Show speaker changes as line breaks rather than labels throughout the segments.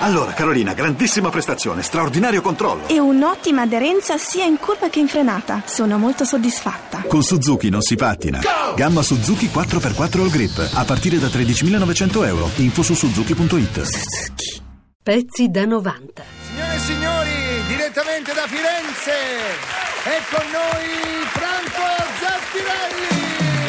Allora, Carolina, grandissima prestazione, straordinario controllo.
E un'ottima aderenza sia in curva che in frenata. Sono molto soddisfatta.
Con Suzuki non si pattina. Gamma Suzuki 4x4 All Grip, a partire da 13.900 euro. Info su suzuki.it.
Suzuki.
Pezzi da 90.
Signore e signori, direttamente da Firenze, è con noi Franco Zaffirelli.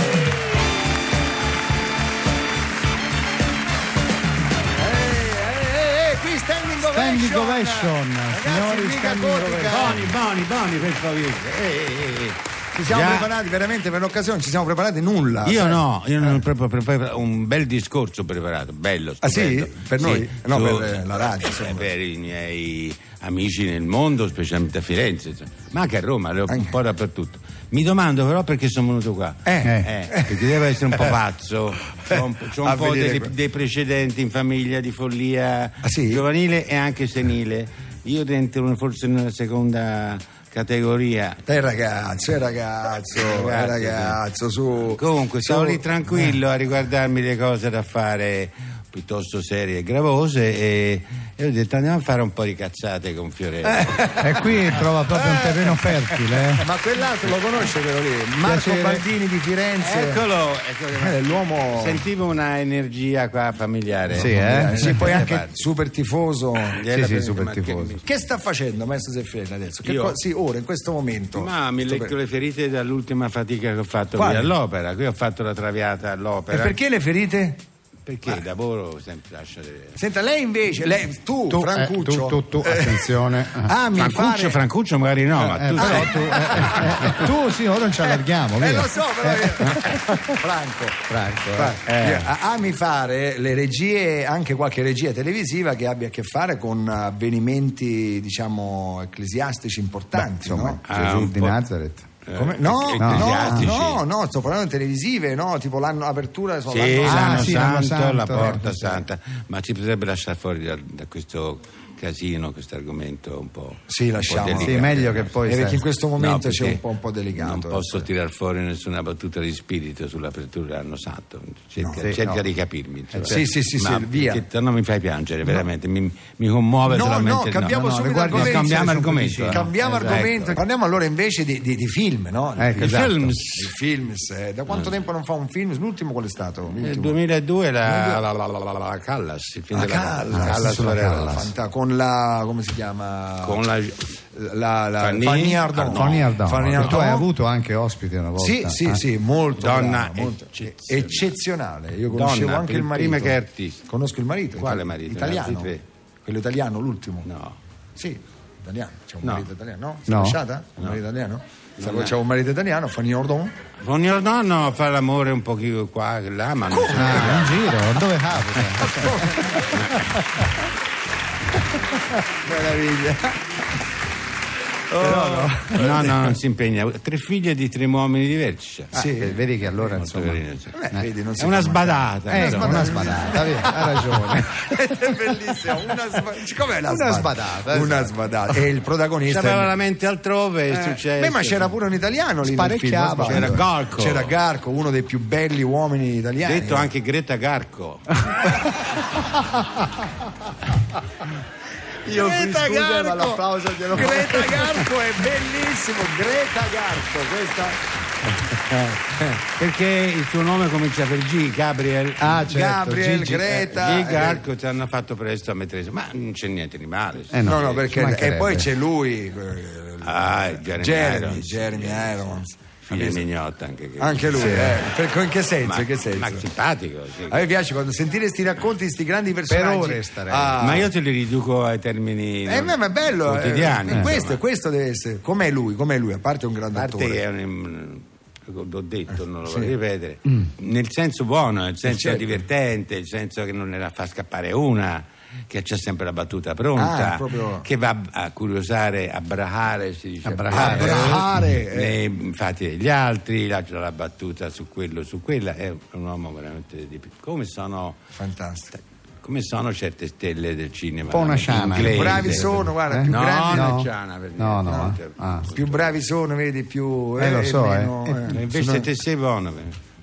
Qui standing ovation. Signori, standing ovation.
Boni, per favore.
Ci siamo preparati veramente per l'occasione, ci siamo preparati nulla.
Io non ho proprio preparato un bel discorso preparato, bello, stupendo.
Ah sì? Per noi? No, per la radio.
Per i miei amici nel mondo, specialmente a Firenze, ma anche a Roma, un po' dappertutto. Mi domando però perché sono venuto qua. Perché devo essere un po' pazzo, c'ho un po' dei precedenti in famiglia di follia giovanile e anche senile. Io dentro forse nella seconda categoria.
Ragazzo, su.
Comunque stavo lì tranquillo a riguardarmi le cose da fare piuttosto serie e gravose e ho detto andiamo a fare un po' di cazzate con Fiorello.
E qui trova proprio un terreno fertile.
Ma quell'altro lo conosce però lì, Marco Baldini di Firenze.
Eccolo.
L'uomo.
Sentivo una energia qua familiare.
Sì, poi anche super tifoso.
Super tifoso.
Che sta facendo maestro Zeffirelli adesso? Ora in questo momento.
Ma mi lecco le ferite dall'ultima fatica che ho fatto qui all'opera. Qui ho fatto la traviata all'opera.
E perché le ferite?
Perché lavoro sempre lascia delle...
Senta, lei invece, tu Francuccio.
Tu, attenzione.
Francuccio magari no, ma tu
tu sì, ora non ci allarghiamo.
Lo so, però Franco. Ami fare le regie, anche qualche regia televisiva che abbia a che fare con avvenimenti, diciamo, ecclesiastici importanti, no?
Gesù di Nazareth.
No, sto parlando di televisive, tipo l'anno apertura.
L'anno santo, la porta santa, ma ci potrebbe lasciare fuori da questo casino, questo argomento un po'.
Sì, lasciamo.
Sì, meglio che poi.
Perché in questo momento c'è un po' delicato.
Non posso tirar fuori nessuna battuta di spirito sull'apertura dell'anno santo. Cerca di capirmi.
Sì, via.
Perché non mi fai piangere, veramente. Mi commuove solamente.
Cambiamo subito argomento.
Cambiamo argomento.
Parliamo allora invece di film, no?
I
film. Da quanto tempo non fa un film? L'ultimo qual è stato?
Nel 2002 la Callas, il film della Callas.
Con la, come si chiama?
Con la
Fanny Ardant.
Tu hai avuto anche ospite una volta.
Sì, molto
donna
brava, eccezionale. Io conoscevo anche il marito.
Prima che artista.
Conosco il marito.
Quale marito?
Italiano. Quello italiano, l'ultimo.
No.
Sì, italiano. C'è un marito italiano, no?
No.
Lasciata? Un marito italiano? C'è un marito italiano, Fanny Ardant.
Fanny Ardant no, fa l'amore un pochino qua e là, ma non
in giro, dove capita?
Meraviglia.
No, non si impegna. 3 figlie di 3 uomini diversi.
Vedi che allora insomma
vedi, non si
è una sbadata. Una sbadata, hai ragione.
È bellissimo. Com'è
una sbadata?
Una sbadata. E il protagonista
aveva la mente altrove. È successo.
Ma c'era pure un italiano lì nel film. C'era Garco, uno dei più belli uomini italiani.
Detto anche Greta Garco.
Greta Garco è bellissimo. Greta Garco, questa
perché il suo nome comincia per G, Gabriel.
Gabriel, Greta.
Garco ci hanno fatto presto a mettere, ma non c'è niente di male.
No, perché e poi c'è lui,
Jeremy
Irons.
Figlio mignotta
anche lui, in che senso?
Ma simpatico.
A me piace quando sentire questi racconti di sti grandi personaggi.
Per ore starei.
Ma io te li riduco ai termini
ma è bello,
quotidiani.
Questo deve essere. Com'è lui, a parte un grande attore.
A parte è l'ho detto, non lo voglio ripetere. Nel senso buono, nel senso divertente, nel senso che non ne la fa scappare una, che c'è sempre la battuta pronta, che va a curiosare, a brahare, si dice. Nei fatti degli altri, la battuta su quello, su quella. È un uomo veramente come sono
fantastico.
Come sono certe stelle del cinema?
Un po' una ciana.
Bravi sono, guarda, più bravi.
No, ciana per
più bravi sono, vedi, più.
Lo so,
invece te sei buono.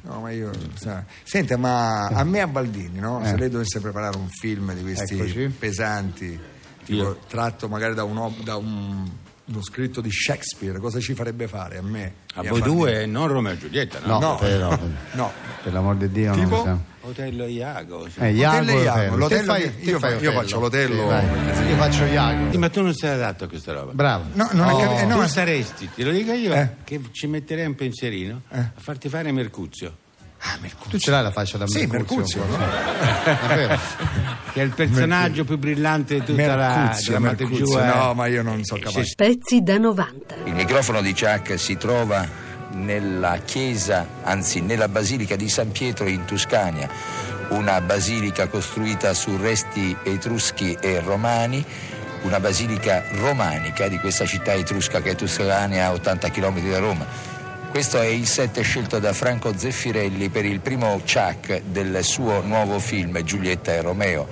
No, ma io... Senta, ma a me a Baldini, no? Se lei dovesse preparare un film di questi pesanti, tipo, tratto magari da uno scritto di Shakespeare, cosa ci farebbe fare a me?
A voi due, non Romeo e Giulietta, no?
No. Per l'amor di Dio,
tipo?
non siamo.
Otello Iago.
Iago. L'Otello, io faccio l'Otello.
Io faccio Iago.
Sì, ma tu non sei adatto a questa roba.
Bravo.
No, non è capito.
Tu saresti, te lo dico io, che ci metterei un pensierino a farti fare Mercuzio.
Tu ce l'hai la faccia da
Mercuzio? Sì, Mercuzio, no?
Che è il personaggio più brillante di tutta la drammaturgia.
No, ma io non so capace.
Pezzi da 90.
Il microfono di Ciak si trova nella chiesa, anzi nella basilica di San Pietro in Tuscania, una basilica costruita su resti etruschi e romani, una basilica romanica di questa città etrusca che è Tuscania, a 80 km da Roma. Questo è il set scelto da Franco Zeffirelli per il primo Ciak del suo nuovo film Giulietta e Romeo.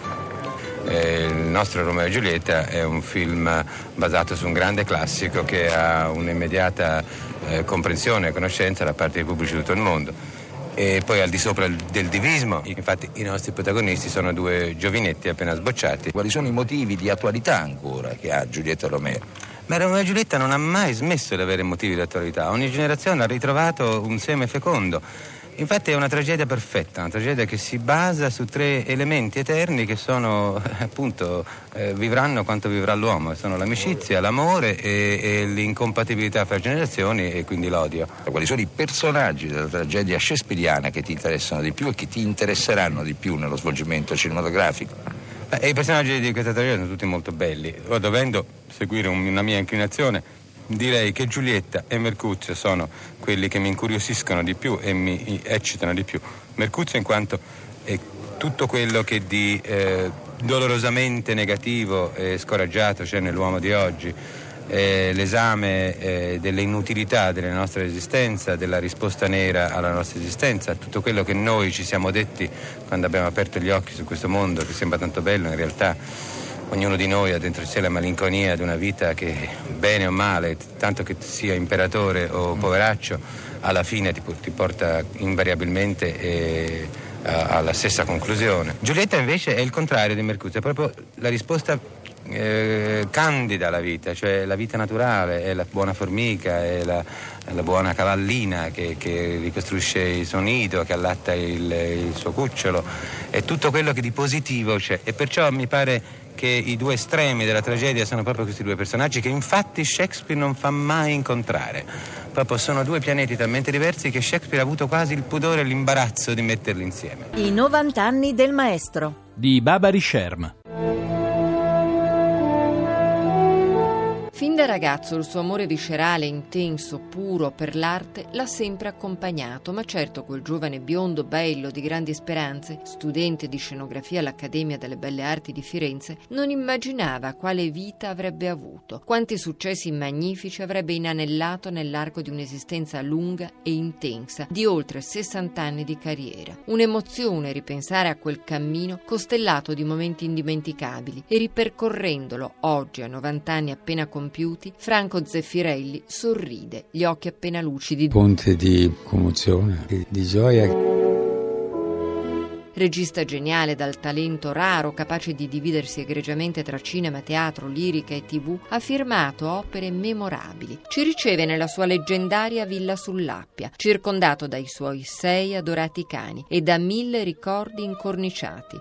Il nostro Romeo e Giulietta è un film basato su un grande classico che ha un'immediata comprensione e conoscenza da parte dei pubblici di tutto il mondo. E poi al di sopra del divismo, infatti i nostri protagonisti sono due giovinetti appena sbocciati.
Quali sono i motivi di attualità ancora che ha Giulietta e Romeo?
Ma Romeo e Giulietta non ha mai smesso di avere motivi di attualità, ogni generazione ha ritrovato un seme fecondo. Infatti è una tragedia perfetta, una tragedia che si basa su 3 elementi eterni che sono appunto vivranno quanto vivrà l'uomo, sono l'amicizia, l'amore e l'incompatibilità fra generazioni e quindi l'odio.
Quali sono i personaggi della tragedia shakespeariana che ti interessano di più e che ti interesseranno di più nello svolgimento cinematografico?
I personaggi di questa tragedia sono tutti molto belli, dovendo seguire una mia inclinazione. Direi che Giulietta e Mercuzio sono quelli che mi incuriosiscono di più e mi eccitano di più. Mercuzio in quanto è tutto quello che di dolorosamente negativo e scoraggiato c'è nell'uomo di oggi, l'esame delle inutilità della nostra esistenza, della risposta nera alla nostra esistenza, tutto quello che noi ci siamo detti quando abbiamo aperto gli occhi su questo mondo che sembra tanto bello, in realtà ognuno di noi ha dentro di sé la malinconia di una vita che, bene o male, tanto che sia imperatore o poveraccio, alla fine ti porta invariabilmente alla stessa conclusione. Giulietta invece è il contrario di Mercuzio, è proprio la risposta candida alla vita, cioè la vita naturale, è la buona formica, è la buona cavallina che ricostruisce il suo nido, che allatta il suo cucciolo, è tutto quello che di positivo c'è, e perciò mi pare che i 2 estremi della tragedia sono proprio questi 2 personaggi che infatti Shakespeare non fa mai incontrare. Proprio sono 2 pianeti talmente diversi che Shakespeare ha avuto quasi il pudore e l'imbarazzo di metterli insieme.
I 90 anni del maestro
di Barbary Sherm.
Fin da ragazzo il suo amore viscerale, intenso, puro per l'arte l'ha sempre accompagnato, ma certo quel giovane biondo bello di grandi speranze, studente di scenografia all'Accademia delle Belle Arti di Firenze, non immaginava quale vita avrebbe avuto, quanti successi magnifici avrebbe inanellato nell'arco di un'esistenza lunga e intensa, di oltre 60 anni di carriera. Un'emozione ripensare a quel cammino costellato di momenti indimenticabili, e ripercorrendolo oggi a 90 anni appena compiuti, Franco Zeffirelli sorride, gli occhi appena lucidi.
Ponte di commozione, di gioia.
Regista geniale dal talento raro, capace di dividersi egregiamente tra cinema, teatro, lirica e TV, ha firmato opere memorabili. Ci riceve nella sua leggendaria Villa sull'Appia, circondato dai suoi 6 adorati cani e da 1000 ricordi incorniciati.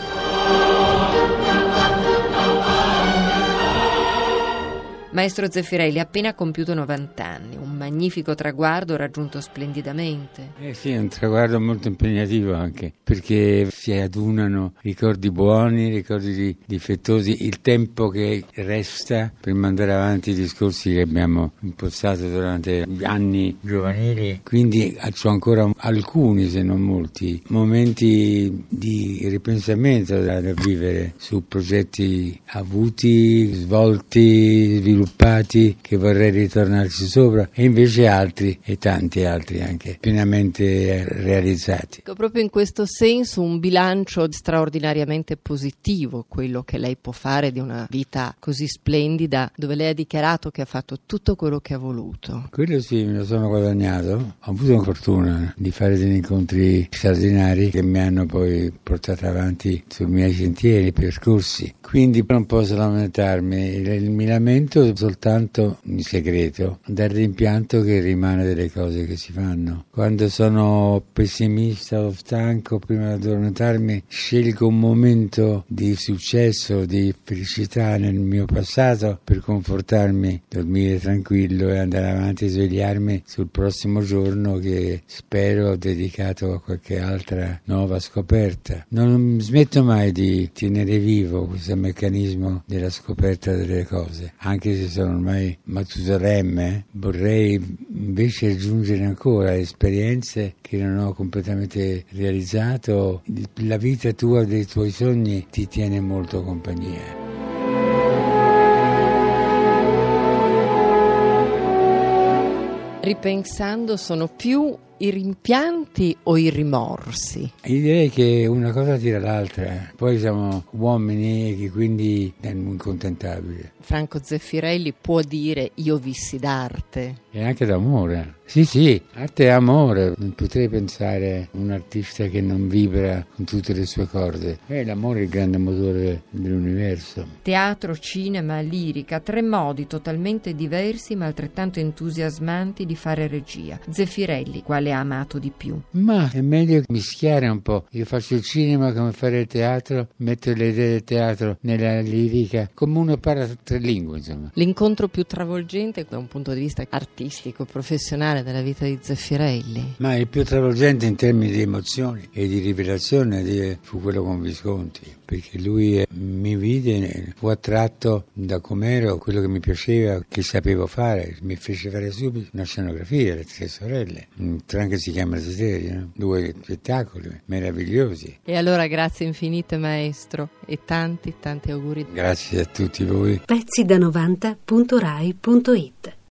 Maestro Zeffirelli ha appena compiuto 90 anni, un magnifico traguardo raggiunto splendidamente.
Sì, è un traguardo molto impegnativo anche, perché si adunano ricordi buoni, ricordi difettosi, il tempo che resta per mandare avanti i discorsi che abbiamo impostato durante gli anni giovanili. Quindi ho ancora alcuni, se non molti, momenti di ripensamento da vivere su progetti avuti, svolti, sviluppati sviluppati che vorrei ritornarci sopra, e invece altri, e tanti altri anche, pienamente realizzati.
Proprio in questo senso un bilancio straordinariamente positivo, quello che lei può fare di una vita così splendida, dove lei ha dichiarato che ha fatto tutto quello che ha voluto.
Quello sì, me lo sono guadagnato. Ho avuto la fortuna di fare degli incontri straordinari che mi hanno poi portato avanti sui miei sentieri, percorsi. Quindi non posso lamentarmi, mi lamento soltanto in segreto dal rimpianto che rimane delle cose che si fanno. Quando sono pessimista o stanco, prima di addormentarmi, scelgo un momento di successo, di felicità nel mio passato per confortarmi, dormire tranquillo e andare avanti e svegliarmi sul prossimo giorno che spero dedicato a qualche altra nuova scoperta. Non smetto mai di tenere vivo questo meccanismo della scoperta delle cose, anche se sono ormai Matusalemme, vorrei invece aggiungere ancora esperienze che non ho completamente realizzato. La vita tua, dei tuoi sogni, ti tiene molto compagnia.
Ripensando, sono più i rimpianti o i rimorsi?
Io direi che una cosa tira l'altra, poi siamo uomini e quindi è incontentabile.
Franco Zeffirelli può dire io vissi d'arte.
E anche d'amore. Sì, arte e amore. Non potrei pensare a un artista che non vibra con tutte le sue corde. L'amore è il grande motore dell'universo.
Teatro, cinema, lirica, 3 modi totalmente diversi ma altrettanto entusiasmanti di fare regia. Zeffirelli, quale ha amato di più?
Ma è meglio mischiare un po'. Io faccio il cinema come fare il teatro, metto le idee del teatro nella lirica, come uno parla 3 lingue, insomma.
L'incontro più travolgente da un punto di vista artistico, professionale della vita di Zeffirelli?
Ma il più travolgente in termini di emozioni e di rivelazione fu quello con Visconti, perché lui mi vide, fu attratto da com'ero, quello che mi piaceva, che sapevo fare, mi fece fare subito una scenografia, Le 3 sorelle, un tram che si chiama Desiderio, no? 2 spettacoli meravigliosi.
E allora grazie infinite maestro e tanti auguri.
Grazie a tutti voi.
Pezzi da 90.rai.it